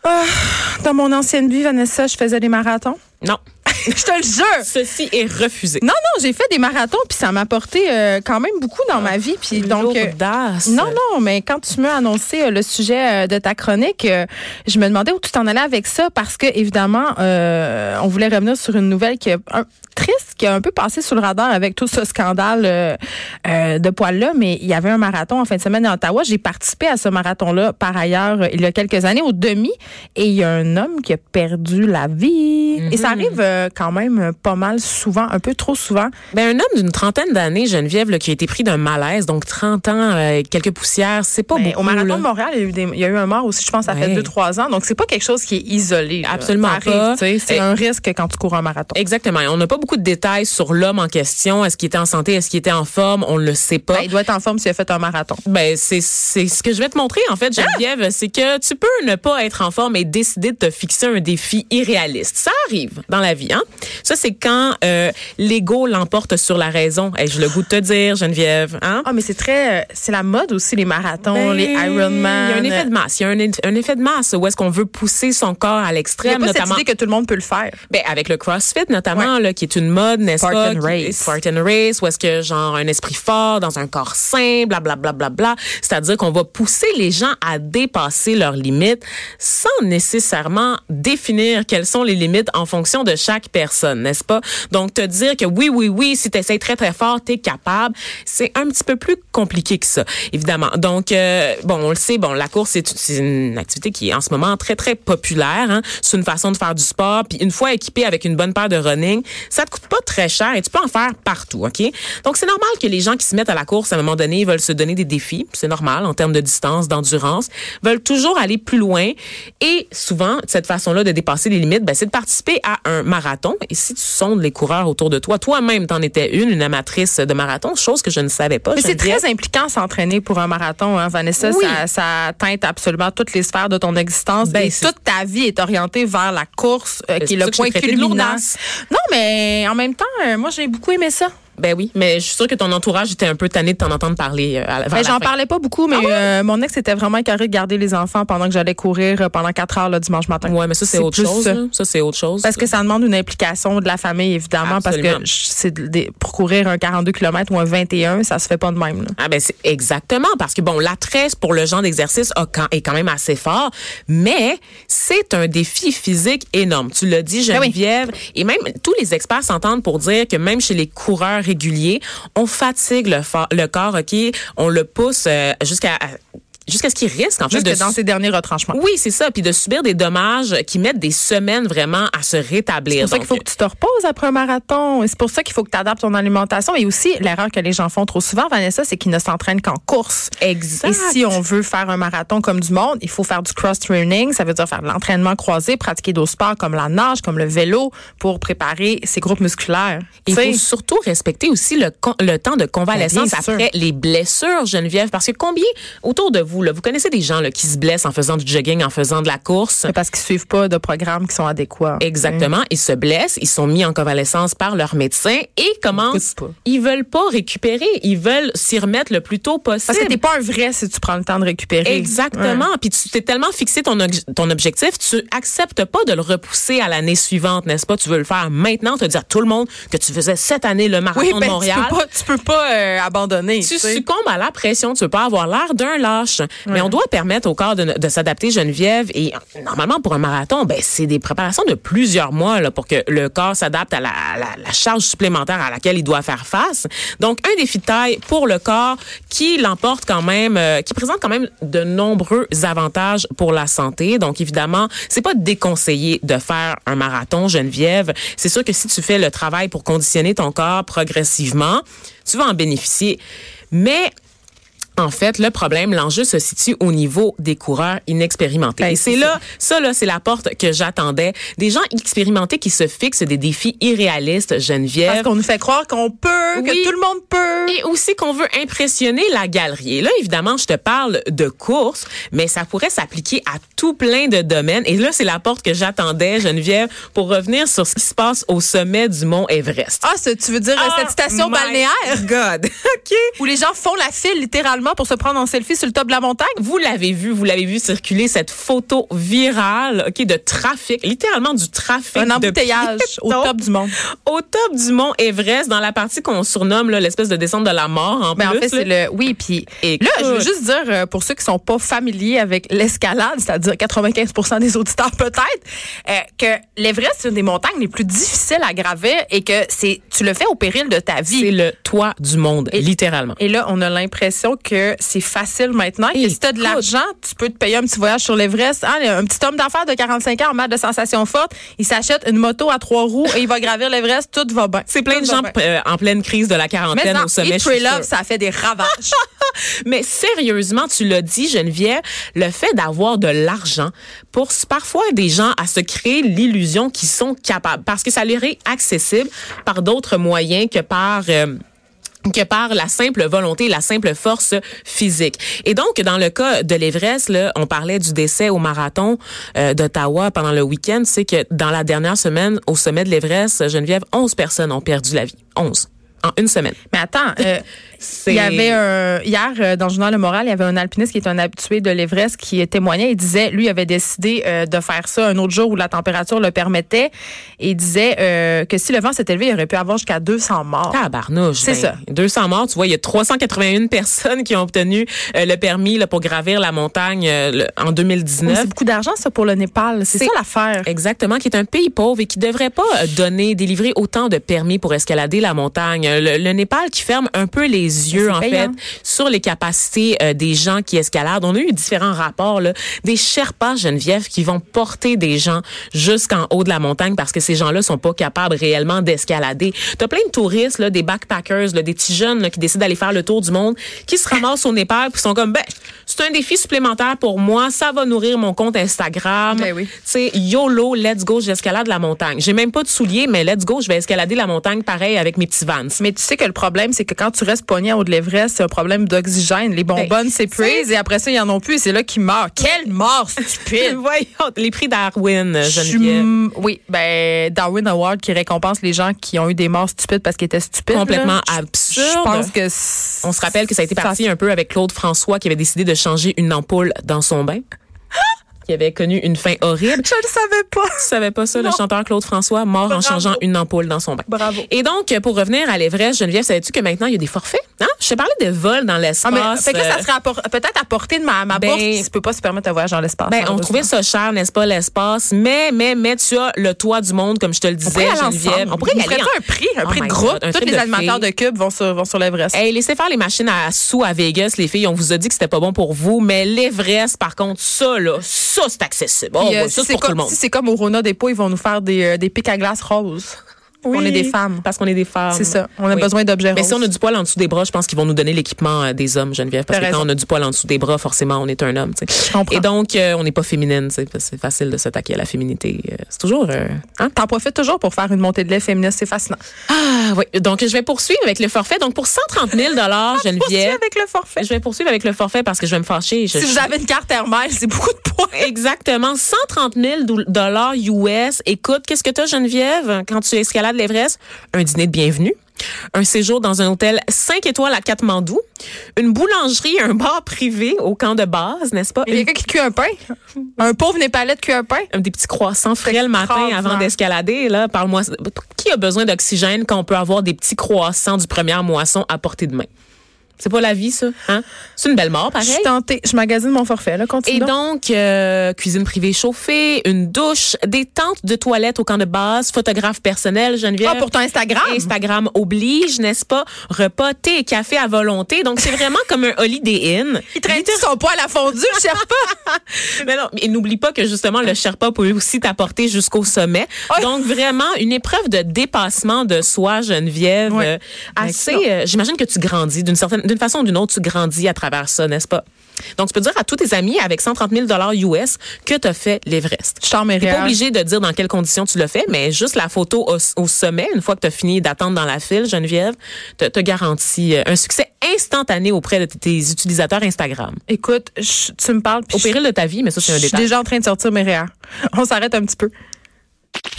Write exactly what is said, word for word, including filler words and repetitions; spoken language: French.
Ah, dans mon ancienne vie, Vanessa, je faisais des marathons. Non. Je te le jure. Ceci est refusé. Non, non, j'ai fait des marathons, puis ça m'a apporté euh, quand même beaucoup dans ma vie. Puis donc, euh, non, non, mais quand tu m'as annoncé euh, le sujet euh, de ta chronique, euh, je me demandais où tu t'en allais avec ça, parce que évidemment, euh, on voulait revenir sur une nouvelle qui est un, triste, qui a un peu passé sous le radar avec tout ce scandale euh, euh, de poils-là, mais il y avait un marathon en fin de semaine à Ottawa. J'ai participé à ce marathon-là, par ailleurs, euh, il y a quelques années, au demi, et il y a un homme qui a perdu la vie. Mm-hmm. Et ça arrive euh, quand même pas mal souvent, un peu trop souvent. Ben, un homme d'une trentaine d'années, Geneviève, là, qui a été pris d'un malaise, donc trente ans, euh, quelques poussières, c'est pas ben, beaucoup. Au marathon là. de Montréal, il y, a eu des, il y a eu un mort aussi, je pense, ça ouais. fait deux trois ans, donc c'est pas quelque chose qui est isolé. Là. Absolument ça arrive, pas. C'est Et... un risque quand tu cours un marathon. Exactement. On n'a pas beaucoup de détails sur l'homme en question. Est-ce qu'il était en santé? Est-ce qu'il était en forme? On ne le sait pas. Ben, il doit être en forme s'il a fait un marathon. Ben, c'est, c'est ce que je vais te montrer, en fait, Geneviève. Ah! C'est que tu peux ne pas être en forme et décider de te fixer un défi irréaliste. Ça arrive dans la vie, hein? Ça, c'est quand euh, l'ego l'emporte sur la raison. Hey, j'ai le goût de te dire, Geneviève. Hein? Ah, mais c'est très... Euh, c'est la mode aussi, les marathons, ben, les Ironman. Il y a un effet de masse. Il y a un, un effet de masse où est-ce qu'on veut pousser son corps à l'extrême. Il n'y a pas notamment, cette idée que tout le monde peut le faire. Ben, avec le CrossFit, notamment, ouais. là, qui est une mode, n'est-ce pas? Spartan Race. Spartan Race, où est-ce que, genre, un esprit fort dans un corps sain, blablabla, bla, bla, bla. C'est-à-dire qu'on va pousser les gens à dépasser leurs limites sans nécessairement définir quelles sont les limites en fonction de chaque personne, n'est-ce pas? Donc, te dire que oui, oui, oui, si tu essaies très, très fort, tu es capable, c'est un petit peu plus compliqué que ça, évidemment. Donc, euh, bon, on le sait, bon, la course, c'est, c'est une activité qui est en ce moment très, très populaire. Hein? C'est une façon de faire du sport. Puis une fois équipé avec une bonne paire de running, ça te coûte pas très cher et tu peux en faire partout, OK? Donc, c'est normal que les gens qui se mettent à la course, à un moment donné, veulent se donner des défis. C'est normal en termes de distance, d'endurance. Veulent toujours aller plus loin. Et souvent, cette façon-là de dépasser les limites, ben, c'est de participer à un marathon. Et si tu sondes les coureurs autour de toi, toi-même, t'en étais une, une amatrice de marathon, chose que je ne savais pas. Mais c'est très impliquant s'entraîner pour un marathon, hein, Vanessa. Oui. Ça, ça teinte absolument toutes les sphères de ton existence. Ben, et toute ta vie est orientée vers la course, euh, qui est le point culminant. Non, mais en même temps, euh, moi, j'ai beaucoup aimé ça. Ben oui, mais je suis sûre que ton entourage était un peu tanné de t'en entendre parler. Euh, à, ben, j'en fin. parlais pas beaucoup, mais ah ouais? euh, mon ex était vraiment carré de garder les enfants pendant que j'allais courir euh, pendant quatre heures le dimanche matin. Ouais, mais ça c'est, c'est autre chose. Ça. ça c'est autre chose. Parce que ça demande une implication de la famille évidemment, Absolument. parce que c'est des, pour courir un quarante-deux kilomètres ou un vingt et un, ça se fait pas de même. Là. Ah ben c'est exactement parce que bon, l'attrait pour le genre d'exercice a quand, est quand même assez fort, mais c'est un défi physique énorme. Tu l'as dit, Geneviève, ben oui. et même tous les experts s'entendent pour dire que même chez les coureurs régulier, on fatigue le, for- le corps, OK? On le pousse euh, jusqu'à... jusqu'à ce qu'il risque, en fait. Jusque de dans ses derniers retranchements. Oui, c'est ça. Puis de subir des dommages qui mettent des semaines vraiment à se rétablir. C'est pour ça Donc, qu'il faut que tu te reposes après un marathon. Et c'est pour ça qu'il faut que tu adaptes ton alimentation. Et aussi, l'erreur que les gens font trop souvent, Vanessa, c'est qu'ils ne s'entraînent qu'en course. Exact. Et si on veut faire un marathon comme du monde, il faut faire du cross-training. Ça veut dire faire de l'entraînement croisé, pratiquer d'autres sports comme la nage, comme le vélo, pour préparer ses groupes musculaires. Il faut surtout respecter aussi le, con- le temps de convalescence ben, après les blessures, Geneviève. Parce que combien, autour de vous, là, vous connaissez des gens là, qui se blessent en faisant du jogging, en faisant de la course. Mais parce qu'ils suivent pas de programmes qui sont adéquats. Exactement. Mmh. Ils se blessent, ils sont mis en convalescence par leur médecin et commencent. Ils veulent pas récupérer. Ils veulent s'y remettre le plus tôt possible. Parce que t'es pas un vrai si tu prends le temps de récupérer. Exactement. Ouais. Puis tu t'es tellement fixé ton, ton objectif, tu acceptes pas de le repousser à l'année suivante, n'est-ce pas? Tu veux le faire maintenant, te dire à tout le monde que tu faisais cette année le marathon oui, ben, de Montréal. Tu peux pas, tu peux pas euh, abandonner. Tu succombes à la pression. Tu veux pas avoir l'air d'un lâche. Ouais. Mais on doit permettre au corps de, de s'adapter, Geneviève. Et normalement, pour un marathon, ben c'est des préparations de plusieurs mois là, pour que le corps s'adapte à la, la, la charge supplémentaire à laquelle il doit faire face. Donc, un défi de taille pour le corps qui l'emporte quand même, euh, qui présente quand même de nombreux avantages pour la santé. Donc, évidemment, c'est pas déconseillé de faire un marathon, Geneviève. C'est sûr que si tu fais le travail pour conditionner ton corps progressivement, tu vas en bénéficier. Mais en fait, le problème, l'enjeu se situe au niveau des coureurs inexpérimentés. Ben, Et c'est, c'est là, ça, là, c'est la porte que j'attendais. Des gens expérimentés qui se fixent des défis irréalistes, Geneviève. Parce qu'on nous fait croire qu'on peut, oui, que tout le monde peut. Et aussi qu'on veut impressionner la galerie. Et là, évidemment, je te parle de course, mais ça pourrait s'appliquer à tout plein de domaines. Et là, c'est la porte que j'attendais, Geneviève, pour revenir sur ce qui se passe au sommet du mont Everest. Ah, ça, tu veux dire oh, cette station balnéaire? God. OK. Où les gens font la file, littéralement, littéralement pour se prendre en selfie sur le top de la montagne. Vous l'avez vu, vous l'avez vu circuler cette photo virale, ok, de trafic, littéralement du trafic. Un embouteillage au top du mont. Au top du mont Everest, dans la partie qu'on surnomme là, l'espèce de descente de la mort en ben, plus. En fait, c'est le. Oui, puis là, je veux juste dire pour ceux qui sont pas familiers avec l'escalade, c'est-à-dire quatre-vingt-quinze pour cent des auditeurs peut-être, euh, que l'Everest c'est une des montagnes les plus difficiles à gravir et que c'est tu le fais au péril de ta vie. C'est le toit du monde, et, littéralement. Et là, on a l'impression que c'est facile maintenant. Et que si tu as de l'argent, tu peux te payer un petit voyage sur l'Everest. Hein, un petit homme d'affaires de quarante-cinq ans en mal de sensations fortes, il s'achète une moto à trois roues et il va gravir l'Everest, tout va bien. C'est plein tout de gens euh, en pleine crise de la quarantaine mais au sommet. Eat, Pray, Love, ça a fait des ravages. Mais sérieusement, tu l'as dit, Geneviève, le fait d'avoir de l'argent pousse parfois des gens à se créer l'illusion qu'ils sont capables, parce que ça leur est accessible par d'autres moyens que par... Euh, que par la simple volonté, la simple force physique. Et donc, dans le cas de l'Everest, là, on parlait du décès au marathon euh, d'Ottawa pendant le week-end. C'est que dans la dernière semaine, au sommet de l'Everest, Geneviève, onze personnes ont perdu la vie. onze. En une semaine. Mais attends, euh, il y avait un, hier euh, dans le journal Le Moral, il y avait un alpiniste qui est un habitué de l'Everest qui témoignait. Il disait, lui, il avait décidé euh, de faire ça un autre jour où la température le permettait. Et il disait euh, que si le vent s'était élevé, il aurait pu avoir jusqu'à deux cents morts. Tabarnouche. C'est ben, ça. deux cents morts, tu vois, il y a trois cent quatre-vingt-une personnes qui ont obtenu euh, le permis là, pour gravir la montagne euh, le, en deux mille dix-neuf. Oui, c'est beaucoup d'argent, ça, pour le Népal. C'est, c'est ça l'affaire. Exactement, qui est un pays pauvre et qui devrait pas donner, délivrer autant de permis pour escalader la montagne. Le, le Népal qui ferme un peu les yeux, en payant. fait, sur les capacités euh, des gens qui escaladent. On a eu différents rapports, là, des Sherpas, Geneviève, qui vont porter des gens jusqu'en haut de la montagne parce que ces gens-là sont pas capables réellement d'escalader. T'as plein de touristes, là, des backpackers, là, des petits jeunes là, qui décident d'aller faire le tour du monde, qui se ramassent au Népal puis sont comme, ben, c'est un défi supplémentaire pour moi, ça va nourrir mon compte Instagram. Ben oui. Tu sais, YOLO, let's go, j'escalade la montagne. J'ai même pas de souliers, mais let's go, je vais escalader la montagne pareil avec mes petits Vans. Mais tu sais que le problème, c'est que quand tu restes pogné en haut de l'Everest, c'est un problème d'oxygène. Les bonbonnes ben, s'épuisent et après ça, ils en ont plus et c'est là qu'ils meurent. Quelle mort stupide! Voyons, les prix Darwin, Geneviève. Oui, ben Darwin Award qui récompense les gens qui ont eu des morts stupides parce qu'ils étaient stupides. Complètement là. absurde. Je pense que on se rappelle que ça a été parti ça... un peu avec Claude François qui avait décidé de changer une ampoule dans son bain. Qui avait connu une fin horrible. Je ne savais pas. Tu savais pas ça, non. Le chanteur Claude François, mort Bravo. en changeant une ampoule dans son bain. Bravo. Et donc, pour revenir à l'Everest, Geneviève, savais-tu que maintenant, il y a des forfaits? Hein? Je te parlais de vol dans l'espace. Ah, mais, fait que là, ça serait apport- peut-être à portée de ma, ma ben, bourse qui ne peut pas se permettre de voyager dans l'espace. Ben, on trouvait ça cher, n'est-ce pas, l'espace? Mais, mais, mais, tu as le toit du monde, comme je te le disais, on Geneviève. On pourrait y aller. En... un prix, un oh prix de groupe. God, Tous les animateurs de Cube vont sur, vont sur l'Everest. Hey, laissez faire les machines à sous à Vegas, les filles. On vous a dit que c'était pas bon pour vous. Mais l'Everest, par contre, ça, là, ça, c'est accessible. Oh, euh, ouais, ça, si c'est pour comme, tout le monde. Si c'est comme au Rona Dépôt, ils vont nous faire des, euh, des pics à glace roses. Oui, on est des femmes. Parce qu'on est des femmes. C'est ça. On a oui. besoin d'objets roses. Mais si on a du poil en dessous des bras, je pense qu'ils vont nous donner l'équipement euh, des hommes, Geneviève. Parce T'as que raison. Quand on a du poil en dessous des bras, forcément, on est un homme. T'sais. Je comprends. Et donc, euh, on n'est pas féminine. T'sais. C'est facile de s'attaquer à la féminité. C'est toujours... Euh, hein? T'en profites toujours pour faire une montée de lait féministe. C'est fascinant. Ah oui. Donc, je vais poursuivre avec le forfait. Donc, pour cent trente mille dollars, Geneviève... poursuivre avec le forfait. Je vais poursuivre avec le forfait parce que je vais me fâcher. Je, si je... vous avez une carte Hermès, c'est beaucoup de points. Exactement. cent trente mille dollars U S. Écoute, qu'est-ce que t'as, Geneviève, quand tu escalades l'Everest? Un dîner de bienvenue. Un séjour dans un hôtel cinq étoiles à Katmandou, une boulangerie, un bar privé au camp de base, n'est-ce pas? Il y a quelqu'un qui cuit un pain. Un pauvre Népalais de cuit un pain. Des petits croissants frais le matin avant d'escalader. Là, parle-moi. Qui a besoin d'oxygène quand on peut avoir des petits croissants du première moisson à portée de main? C'est pas la vie, ça, hein? C'est une belle mort, pareil. Je suis tentée. Je magasine mon forfait, là. Continue. Et donc, euh, cuisine privée chauffée, une douche, des tentes de toilette au camp de base, photographe personnel, Geneviève. Ah, pour ton Instagram? Instagram oblige, n'est-ce pas? Repas, thé et café à volonté. Donc, c'est vraiment comme un Holiday Inn. Il traîne son poil à fondu, le Sherpa. Mais non, et n'oublie pas que, justement, le Sherpa peut aussi t'apporter jusqu'au sommet. Oui. Donc, vraiment, une épreuve de dépassement de soi, Geneviève. Oui. Euh, assez, euh, j'imagine que tu grandis d'une certaine d'une façon ou d'une autre, tu grandis à travers ça, n'est-ce pas? Donc, tu peux dire à tous tes amis avec cent trente mille dollars U S que tu as fait l'Everest. Je t'en mets rien. Tu n'es pas obligé de dire dans quelles conditions tu l'as fait, mais juste la photo au, au sommet, une fois que tu as fini d'attendre dans la file, Geneviève, te, te garantit un succès instantané auprès de tes utilisateurs Instagram. Écoute, je, tu me parles... Au péril de ta vie, mais ça, c'est un détail. Je suis déjà en train de sortir mes réels. On s'arrête un petit peu.